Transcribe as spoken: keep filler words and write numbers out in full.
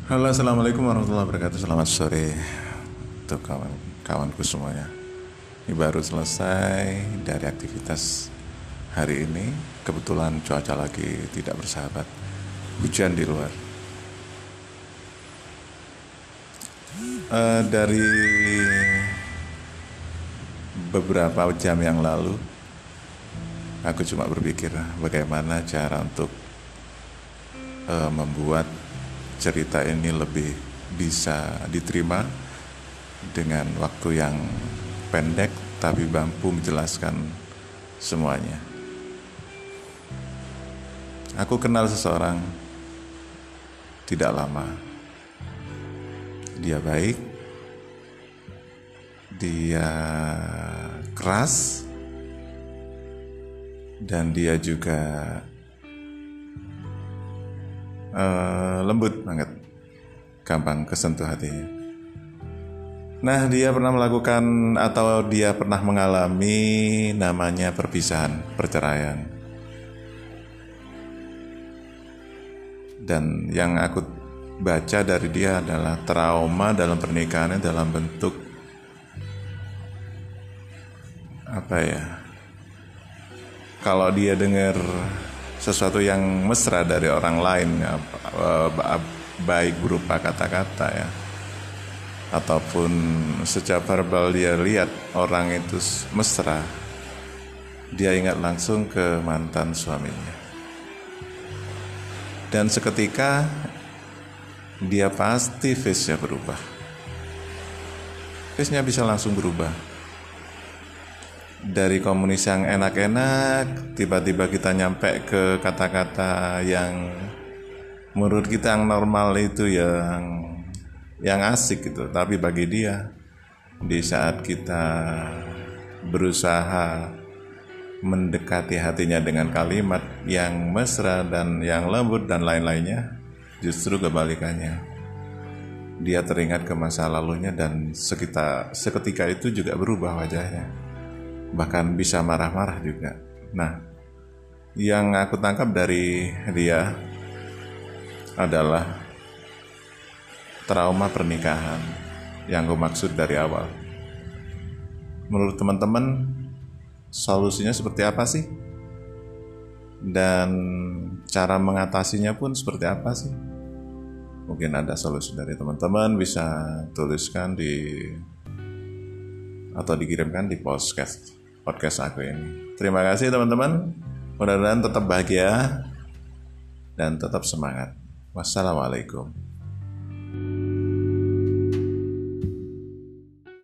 Halo, assalamualaikum warahmatullahi wabarakatuh. Selamat sore untuk kawan-kawanku semuanya. Ini baru selesai dari aktivitas hari ini. Kebetulan cuaca lagi tidak bersahabat, hujan di luar. Eh, dari beberapa jam yang lalu, aku cuma berpikir bagaimana cara untuk eh, membuat cerita ini lebih bisa diterima dengan waktu yang pendek tapi mampu menjelaskan semuanya. Aku kenal seseorang tidak lama. Dia baik, dia keras, dan dia juga uh, lembut banget, gampang kesentuh hatinya. Nah, dia pernah melakukan atau dia pernah mengalami namanya perpisahan, perceraian. Dan yang aku baca dari dia adalah trauma dalam pernikahannya dalam bentuk apa ya? Kalau dia dengar sesuatu yang mesra dari orang lain, baik berupa kata-kata ya, ataupun secara verbal dia lihat orang itu mesra, dia ingat langsung ke mantan suaminya. Dan seketika dia pasti face-nya berubah. Face-nya bisa langsung berubah. Dari komunis yang enak-enak, tiba-tiba kita nyampe ke kata-kata yang menurut kita yang normal itu yang yang asik gitu. Tapi bagi dia, di saat kita berusaha mendekati hatinya dengan kalimat yang mesra dan yang lembut dan lain-lainnya, justru kebalikannya. Dia teringat ke masa lalunya dan sekitar, seketika itu juga berubah wajahnya. Bahkan bisa marah-marah juga. Nah, yang aku tangkap dari dia adalah trauma pernikahan yang aku maksud dari awal. Menurut teman-teman, solusinya seperti apa sih? Dan cara mengatasinya pun seperti apa sih? Mungkin ada solusi dari teman-teman, bisa tuliskan di atau dikirimkan di podcast podcast aku ini. Terima kasih teman-teman. Mudah-mudahan tetap bahagia dan tetap semangat. Wassalamualaikum.